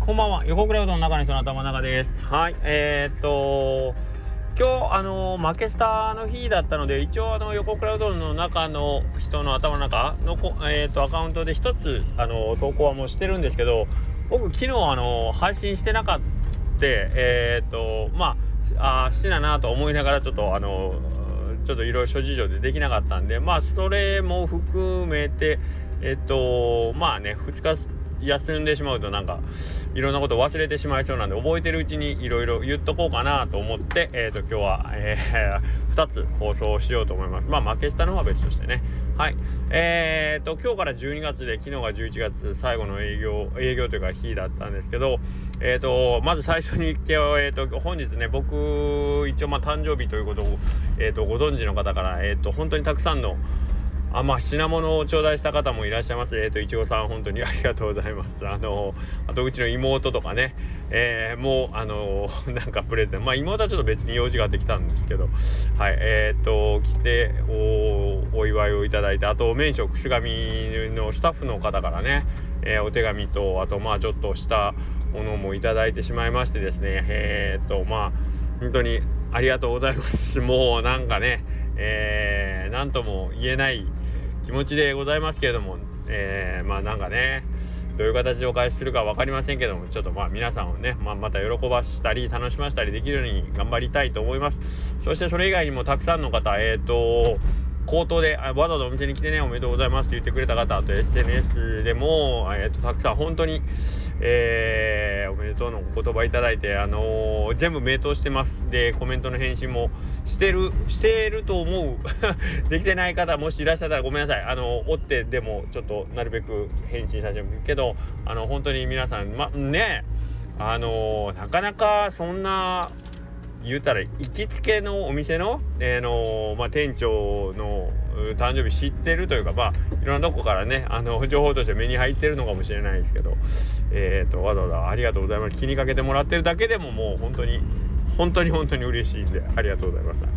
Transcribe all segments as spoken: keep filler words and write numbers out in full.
こんばんは。横クラウドの中の人の頭の中です。はい、えー、っと今日あの負けスタの日だったので、一応あの横クラウドの中の人の頭の中のえー、っとアカウントで一つあの投稿はもうしてるんですけど、僕昨日あの配信してなかった。えー、っとまああしてたなと思いながらちょっとあのちょっといろいろ諸事情でできなかったんで、まあそれも含めてえー、っとまあねふつか休んでしまうとなんかいろんなこと忘れてしまいそうなんで、覚えてるうちにいろいろ言っとこうかなと思って、えー、と今日は、えー、ふたつ放送しようと思います。まあ負けしたのは別としてね。はい。えーと今日からじゅうにがつで、昨日がじゅういちがつ最後の営業営業というか日だったんですけど、えーとまず最初に、えー、と本日ね、僕一応まあ誕生日ということを、えー、とご存知の方から、えー、と本当にたくさんのあまあ品物を頂戴した方もいらっしゃいます。えっといちごさん本当にありがとうございます。あのあとうちの妹とかね、えー、もうあのなんかプレゼント、まあ妹はちょっと別に用事ができたんですけど、はいえっと来て お, お祝いをいただいて、あと麺職串上のスタッフの方からね、えー、お手紙と、あとまあちょっとしたものもいただいてしまいましてですね、えっとまあ本当にありがとうございます。もうなんかね、えー、なんとも言えない気持ちでございますけれども、えー、まあなんかねどういう形でお返しするか分かりませんけども、ちょっとまあ皆さんをね、まあ、また喜ばしたり楽しませたりできるように頑張りたいと思います。そしてそれ以外にもたくさんの方、えーと口頭でわざわざお店に来てねおめでとうございますって言ってくれた方、あと エスエヌエス でも、えー、とたくさん本当に、えー、おめでとうのお言葉いただいて、あのー、全部名答してます。でコメントの返信もしてるしてると思うできてない方もしいらっしゃったらごめんなさい。あの追ってでもちょっとなるべく返信させてもらうけど、あの本当に皆さんまねあのー、なかなかそんな言うたら行きつけのお店の、えーのまあ、店長の誕生日知ってるというか、まあいろんなとこからねあの情報として目に入ってるのかもしれないですけど、えーとわざわざありがとうございます。気にかけてもらってるだけでももう本当に本当に本当に嬉しいんでありがとうございました。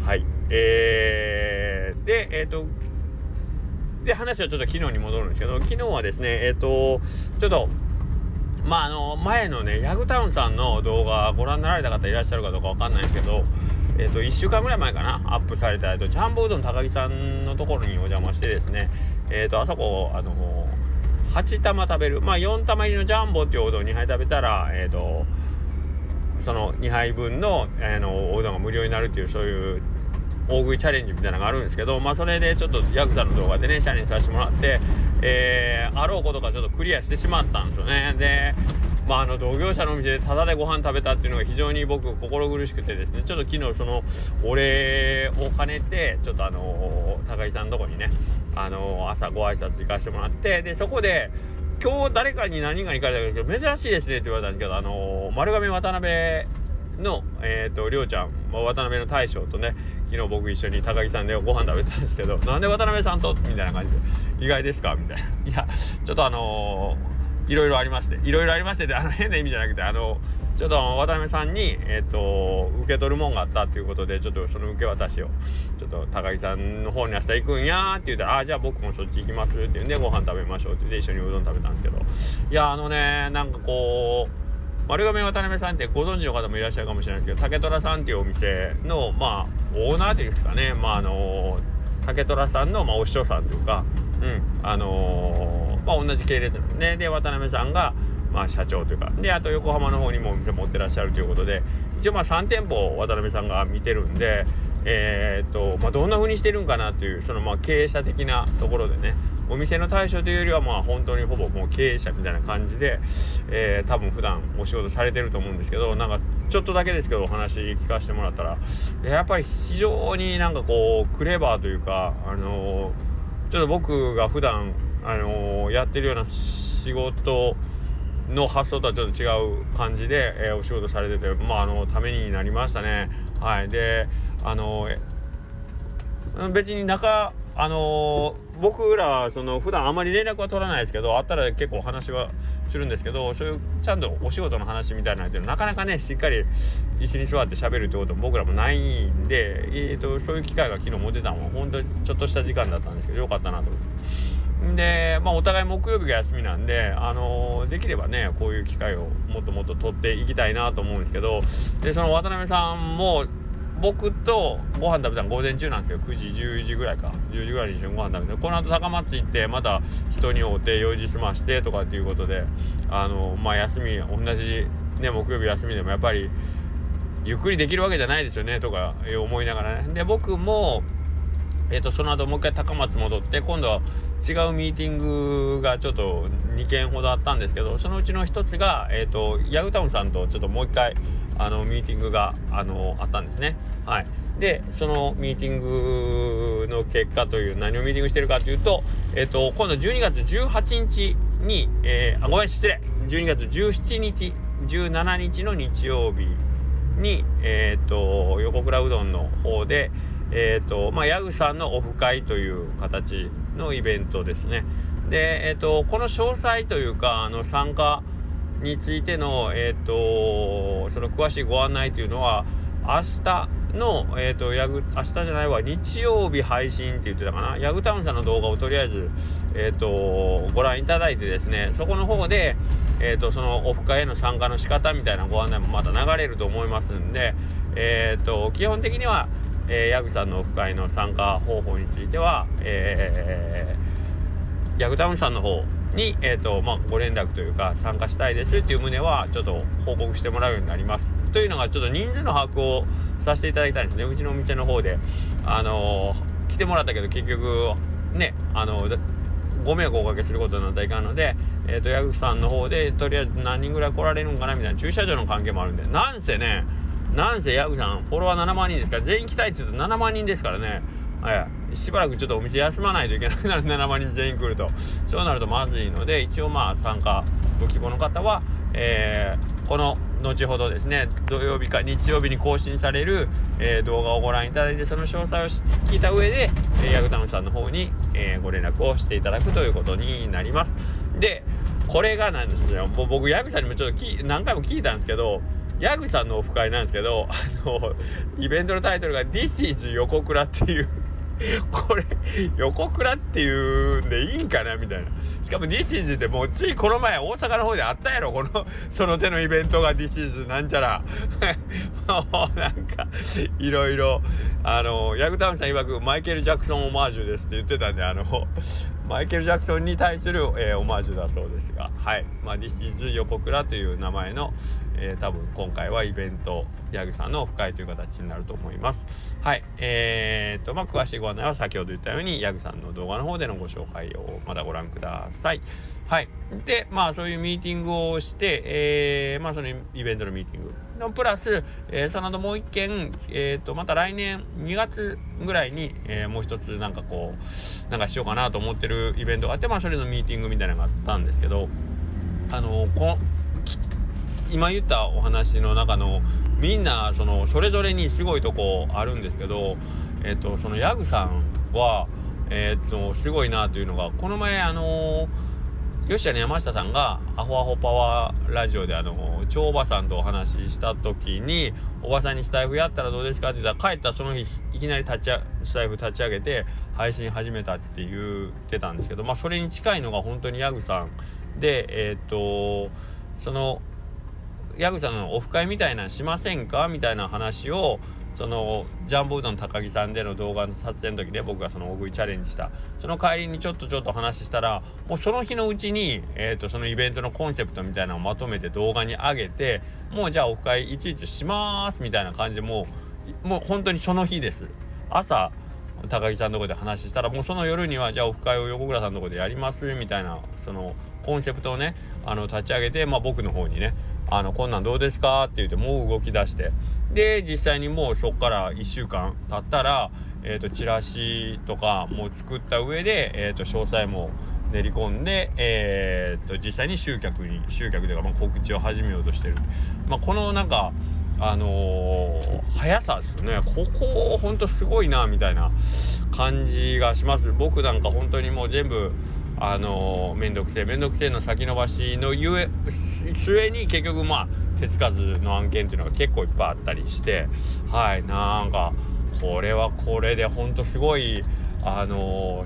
はい。えー、でえっ、ー、とで話はちょっと昨日に戻るんですけど、昨日はですねえっ、ー、とちょっとまああの前のねヤグタウンさんの動画ご覧になられた方いらっしゃるかどうかわかんないですけど、えっといっしゅうかんぐらい前かなアップされた、えっとジャンボうどん高木さんのところにお邪魔してですね、えっとあそこあのはち玉食べる、まあよん玉入りのジャンボっていうおうどんにはい食べたら、えっとそのにはいぶんの、あのおうどんが無料になるっていう、そういう大食いチャレンジみたいなのがあるんですけど、まあそれでちょっとヤクザの動画でねチャレンジさせてもらって、えー、あろうことかちょっとクリアしてしまったんですよね。でまああの同業者のお店でタダでご飯食べたっていうのが非常に僕心苦しくてですね、ちょっと昨日そのお礼を兼ねてちょっとあの高井さんのとこにねあの朝ご挨拶行かせてもらって、でそこで今日誰かに何人かに聞かれたけど珍しいですねって言われたんですけど、あの丸亀渡辺のえっとりょうちゃん、まあ、渡辺の大将とね昨日僕一緒に高木さんでご飯食べたんですけど、なんで渡辺さんとみたいな感じで意外ですかみたいな、いやちょっとあのー、いろいろありましていろいろありましてであの変な意味じゃなくて、あのちょっと渡辺さんにえっ、ー、と受け取るもんがあったっていうことで、ちょっとその受け渡しをちょっと高木さんの方に明日行くんやって言ったら、あじゃあ僕もそっち行きますって言うんでご飯食べましょうって言って一緒にうどん食べたんですけど、いやあのねなんかこう丸亀渡辺さんってご存知の方もいらっしゃるかもしれないですけど、竹虎さんっていうお店のまあオーナーっていうんですかね、まああの竹虎さんのまあお師匠さんというか、うんあのー、まあ同じ系列なんですね。で渡辺さんがまあ社長というかで、あと横浜の方にもお店持ってらっしゃるということで、一応まあさん店舗渡辺さんが見てるんで、えー、っとまあどんな風にしてるんかなっていう、そのまあ経営者的なところでね、お店の対象というよりはまあ本当にほぼもう経営者みたいな感じで、えー、多分普段お仕事されてると思うんですけど、なんかちょっとだけですけどお話聞かせてもらったら、やっぱり非常になんかこうクレバーというか、あのー、ちょっと僕が普段あのー、やってるような仕事の発想とはちょっと違う感じで、えー、お仕事されてて、まああのためになりましたね。はい。であのー、別に中あのー、僕らその普段あまり連絡は取らないですけど、あったら結構お話はするんですけど、そういうちゃんとお仕事の話みたいなのってなかなかねしっかり一緒に座って喋るってことも僕らもないんで、えーとそういう機会が昨日持てたのは本当にちょっとした時間だったんですけど、よかったなと思って。 で、まあ、お互い木曜日が休みなんで、あのー、できればねこういう機会をもっともっと取っていきたいなと思うんですけど、でその渡辺さんも僕とご飯食べたの午前中なんですけど、くじじゅうじぐらいかじゅうじぐらいに一緒にご飯食べて、この後高松行ってまた人に会うて用事済ましてとかっていうことで、あのまあ休み同じね木曜日休みでもやっぱりゆっくりできるわけじゃないですよねとか思いながらね。で僕もえーとその後もう一回高松戻って、今度は違うミーティングがちょっとにけんほどあったんですけど、そのうちの一つが、えーとヤグタウンさんとちょっともう一回あのミーティングが あのあったんですね。はい。でそのミーティングの結果という、何をミーティングしてるかというと、えーと今度じゅうにがつじゅうはちにちに、えー、あごめん失礼じゅうにがつじゅうしちにちじゅうしちにちの日曜日に、えーと横倉うどんの方でえーとまあ、ヤグさんのオフ会という形のイベントですね。で、えーとこの詳細というかあの参加についての、えーとその詳しいご案内というのは明日の、えーとヤグ明日じゃないわ日曜日配信って言ってたかな、ヤグタウンさんの動画をとりあえず、えーとご覧いただいてですね、そこの方で、えーとそのオフ会への参加の仕方みたいなご案内もまた流れると思いますんで、えーと基本的にはえー、ヤグさんのオフ会の参加方法については、えー、ヤグタウンさんの方に、えーとまあ、ご連絡というか参加したいですっていう旨はちょっと報告してもらうようになりますというのが、ちょっと人数の把握をさせていただきたいんですね。うちのお店の方で、あのー、来てもらったけど結局ね、あのー、ご迷惑をおかけすることになったらいかんので、えーとヤグさんの方でとりあえず何人ぐらい来られるんかなみたいな駐車場の関係もあるんで、なんせねなんせヤグさんフォロワーななまんにんですから、全員来たいって言うとななまんにんですからね、はい、しばらくちょっとお店休まないといけなくなる。ななまんにん全員来るとそうなるとまずいので、一応まあ参加ご希望の方は、えー、この後ほどですね土曜日か日曜日に更新される、えー、動画をご覧いただいて、その詳細を聞いた上で、えー、ヤグタウンさんの方に、えー、ご連絡をしていただくということになります。でこれがなんですよ、もう僕ヤグさんにもちょっとき何回も聞いたんですけど、ヤグさんのオフ会なんですけど、あのイベントのタイトルが This is 横倉っていうこれ横倉っていうんでいいんかなみたいな。しかも This is ってもうついこの前大阪の方であったやろ、このその手のイベントが This is なんちゃらもうなんかいろいろあのヤグタウンさん曰くマイケル・ジャクソンオマージュですって言ってたんで、あのマイケル・ジャクソンに対する、えー、オマージュだそうですが、はい、まあ This is 横倉という名前の、えー、多分今回はイベントヤグさんのオフ会という形になると思います。はい、えーとまあ詳しいご案内は先ほど言ったようにヤグさんの動画の方でのご紹介をまだご覧ください。はい。でまあそういうミーティングをして、えー、まあそのイベントのミーティングのプラス、えー、その後もう一件、えーとまた来年にがつぐらいに、えー、もう一つなんかこうなんかしようかなと思ってるイベントがあって、まあそれのミーティングみたいなのがあったんですけど、あのこ今言ったお話の中のみんなそのそれぞれにすごいとこあるんですけど、えっとそのヤグさんはえっとすごいなというのが、この前あの吉谷の山下さんがアホアホパワーラジオであの超おばさんとお話しした時に、おばさんにスタイフやったらどうですかって言ったら、帰ったその日いきなり立ちスタイフ立ち上げて配信始めたって言ってたんですけど、まあそれに近いのが本当にヤグさんで、えっとそのヤグさんのオフ会みたいなのしませんかみたいな話を、そのジャンボうどん高木さんでの動画の撮影の時で僕がその大食いチャレンジしたその帰りにちょっとちょっと話したら、もうその日のうちに、えーとそのイベントのコンセプトみたいなのをまとめて動画に上げて、もうじゃあオフ会いちいちしますみたいな感じで、もうもう本当にその日です。朝高木さんのとこで話したら、もうその夜にはじゃあオフ会を横倉さんのとこでやりますみたいな、そのコンセプトをねあの立ち上げて、まあ僕の方にねあのこんなんどうですかって言ってもう動き出して、で実際にもうそこからいっしゅうかん経ったら、えーとチラシとかもう作った上で、えーと詳細も練り込んで、えーと実際に集客に集客というか、まあ、告知を始めようとしてる、まあ、このなんかあのー、速さですね。ここほんとすごいなみたいな感じがします。僕なんか本当にもう全部あのー、めんどくせえめんどくせえの先延ばしのゆえ末に結局まあ手つかずの案件っていうのが結構いっぱいあったりして、はい、なんかこれはこれでほんとすごいあのー、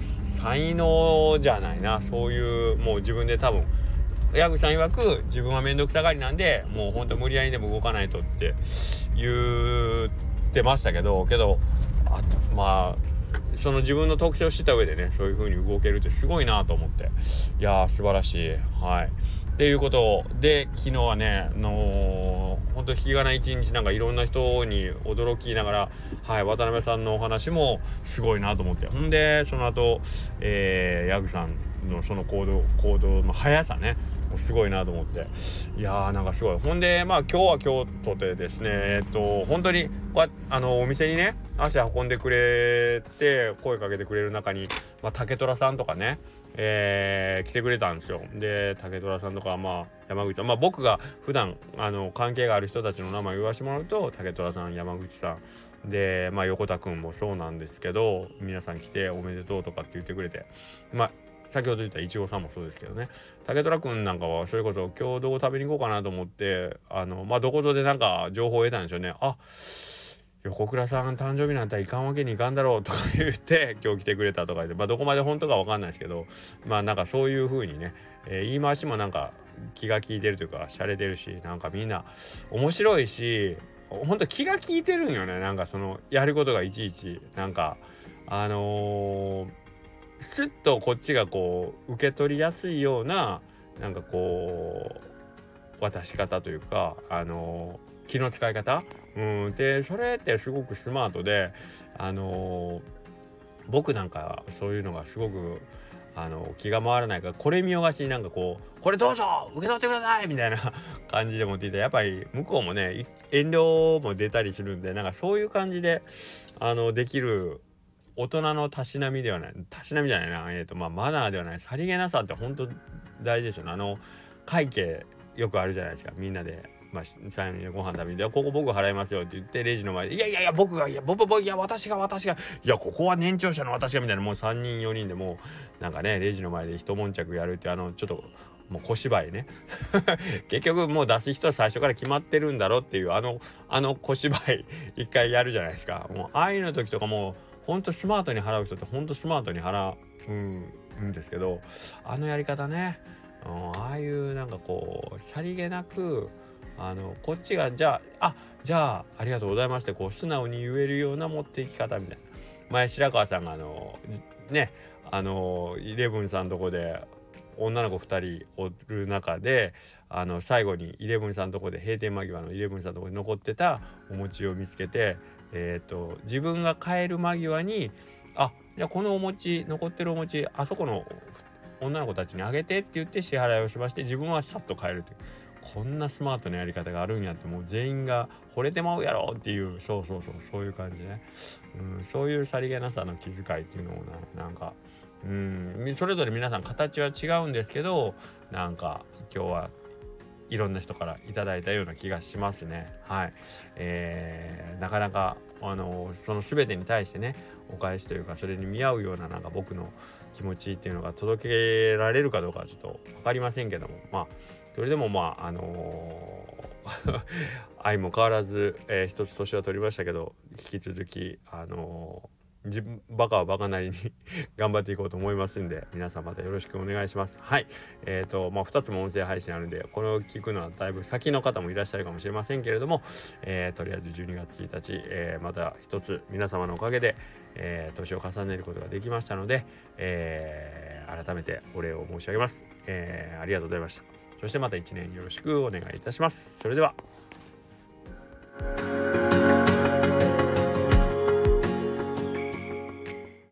才能じゃないな、そういうもう自分で多分矢口さん曰く自分は面倒くさがりなんでもうほんと無理やりでも動かないとって言ってましたけどけどあまあその自分の特徴を知った上でねそういう風に動けるってすごいなと思って、いやー素晴らしい。はいっていうことで昨日はねのー、ほんと引き金一日なんかいろんな人に驚きながら、はい、渡辺さんのお話もすごいなと思って、ほんでその後、えー、矢口さんのその行動行動の速さねすごいなと思って、いやーなんかすごい。ほんでまあ今日は今日とてですねえっと本当にこうあのお店にね足運んでくれて声かけてくれる中に、まあ、竹虎さんとかねえー、来てくれたんですよ。で竹虎さんとか、まあ、山口さん、まあ、僕が普段あの関係がある人たちの名前を言わせてもらうと竹虎さん、山口さんで、まあ、横田くんもそうなんですけど、皆さん来ておめでとうとかって言ってくれて、まあ先ほど言ったいちごさんもそうですけどね、竹虎くんなんかはそれこそ今日どこ食べに行こうかなと思ってあのまあどこぞでなんか情報を得たんですよね。あ横倉さん誕生日なんていかんわけにいかんだろうとか言って今日来てくれたとか言って、まあどこまで本当かわかんないですけど、まあなんかそういう風にね、えー、言い回しもなんか気が利いてるというか洒落てるし、なんかみんな面白いし本当気が利いてるんよね。なんかそのやることがいちいちなんかあのー、スッとこっちがこう受け取りやすいようななんかこう渡し方というかあのー気の使い方、うん、でそれってすごくスマートで、あのー、僕なんかそういうのがすごくあの気が回らないからこれ見よがしになんかこうこれどうぞ受け取ってくださいみたいな感じで持っていて、やっぱり向こうもね遠慮も出たりするんで、なんかそういう感じであのできる大人のたしなみではないたしなみじゃないな、えーとまあ、マナーではないさりげなさって本当大事ですよね。あの会計よくあるじゃないですか、みんなでまあ、最後にご飯食べに、ここ僕払いますよって言ってレジの前でいやいやいや僕がいや僕僕いや私が私がいやここは年長者の私がみたいな、もうさんにんよにんでもうなんかねレジの前で一悶着やるっていうあのちょっともう小芝居ね結局もう出す人は最初から決まってるんだろっていうあのあの小芝居一回やるじゃないですか。もうああいうの時とかもほんとスマートに払う人ってほんとスマートに払うんですけど、あのやり方ね、うん、ああいうなんかこうさりげなくあのこっちがじゃああじゃあありがとうございましてこう素直に言えるような持っていき方みたいな。前白川さんがあのねあのイレブンさんのとこで女の子ふたりおる中であの最後にイレブンさんのとこで閉店間際のイレブンさんのとこで残ってたお餅を見つけて、えーと自分が帰る間際にあじゃあこのお餅残ってるお餅あそこの女の子たちにあげてって言って支払いをしまして自分はさっと帰るという、こんなスマートなやり方があるんやってもう全員が惚れてまうやろっていう、そうそうそうそういう感じね、うん、そういうさりげなさの気遣いっていうのをな、なんかうんそれぞれ皆さん形は違うんですけど、なんか今日はいろんな人からいただいたような気がしますね。はい、えー、なかなかあのその全てに対してねお返しというかそれに見合うようななんか僕の気持ちっていうのが届けられるかどうかはちょっと分かりませんけども、まあそれでもまああのー、愛も変わらず、えー、一つ年は取りましたけど引き続きあのー、自分バカはバカなりに頑張っていこうと思いますんで皆さんまたよろしくお願いします。はいえーとまあふたつも音声配信あるんでこれを聞くのはだいぶ先の方もいらっしゃるかもしれませんけれども、えー、とりあえずじゅうにがつついたち、えー、また一つ皆様のおかげで、えー、年を重ねることができましたので、えー、改めてお礼を申し上げます、えー、ありがとうございました。そしてまたいちねんよろしくお願いいたします。それでは。